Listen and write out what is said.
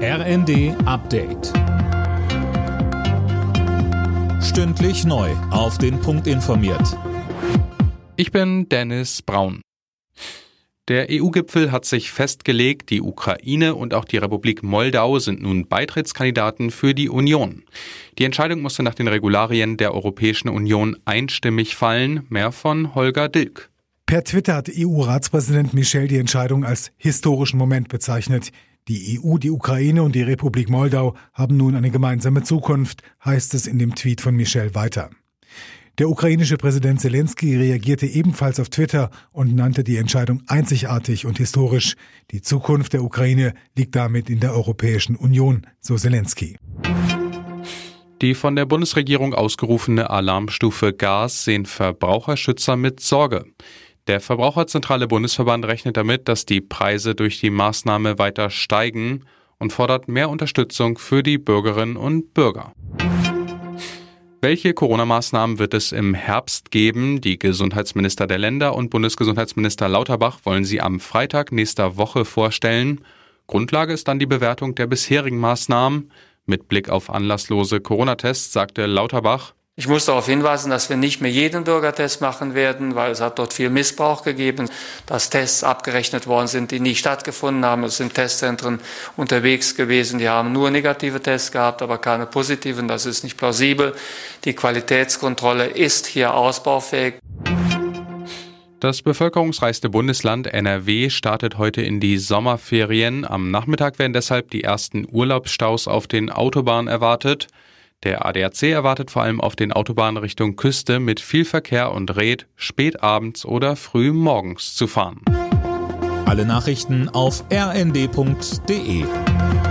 RND Update. Stündlich neu auf den Punkt informiert. Ich bin Dennis Braun. Der EU-Gipfel hat sich festgelegt, die Ukraine und auch die Republik Moldau sind nun Beitrittskandidaten für die Union. Die Entscheidung musste nach den Regularien der Europäischen Union einstimmig fallen. Mehr von Holger Dilk. Per Twitter hat EU-Ratspräsident Michel die Entscheidung als historischen Moment bezeichnet. Die EU, die Ukraine und die Republik Moldau haben nun eine gemeinsame Zukunft, heißt es in dem Tweet von Michel weiter. Der ukrainische Präsident Zelensky reagierte ebenfalls auf Twitter und nannte die Entscheidung einzigartig und historisch. Die Zukunft der Ukraine liegt damit in der Europäischen Union, so Zelensky. Die von der Bundesregierung ausgerufene Alarmstufe Gas sehen Verbraucherschützer mit Sorge. Der Verbraucherzentrale Bundesverband rechnet damit, dass die Preise durch die Maßnahme weiter steigen und fordert mehr Unterstützung für die Bürgerinnen und Bürger. Welche Corona-Maßnahmen wird es im Herbst geben? Die Gesundheitsminister der Länder und Bundesgesundheitsminister Lauterbach wollen sie am Freitag nächster Woche vorstellen. Grundlage ist dann die Bewertung der bisherigen Maßnahmen. Mit Blick auf anlasslose Corona-Tests sagte Lauterbach: Ich muss darauf hinweisen, dass wir nicht mehr jeden Bürgertest machen werden, weil es hat dort viel Missbrauch gegeben, dass Tests abgerechnet worden sind, die nie stattgefunden haben. Es sind Testzentren unterwegs gewesen, die haben nur negative Tests gehabt, aber keine positiven. Das ist nicht plausibel. Die Qualitätskontrolle ist hier ausbaufähig. Das bevölkerungsreichste Bundesland NRW startet heute in die Sommerferien. Am Nachmittag werden deshalb die ersten Urlaubsstaus auf den Autobahnen erwartet. Der ADAC erwartet vor allem auf den Autobahnen Richtung Küste mit viel Verkehr und rät, spät abends oder früh morgens zu fahren. Alle Nachrichten auf rnd.de.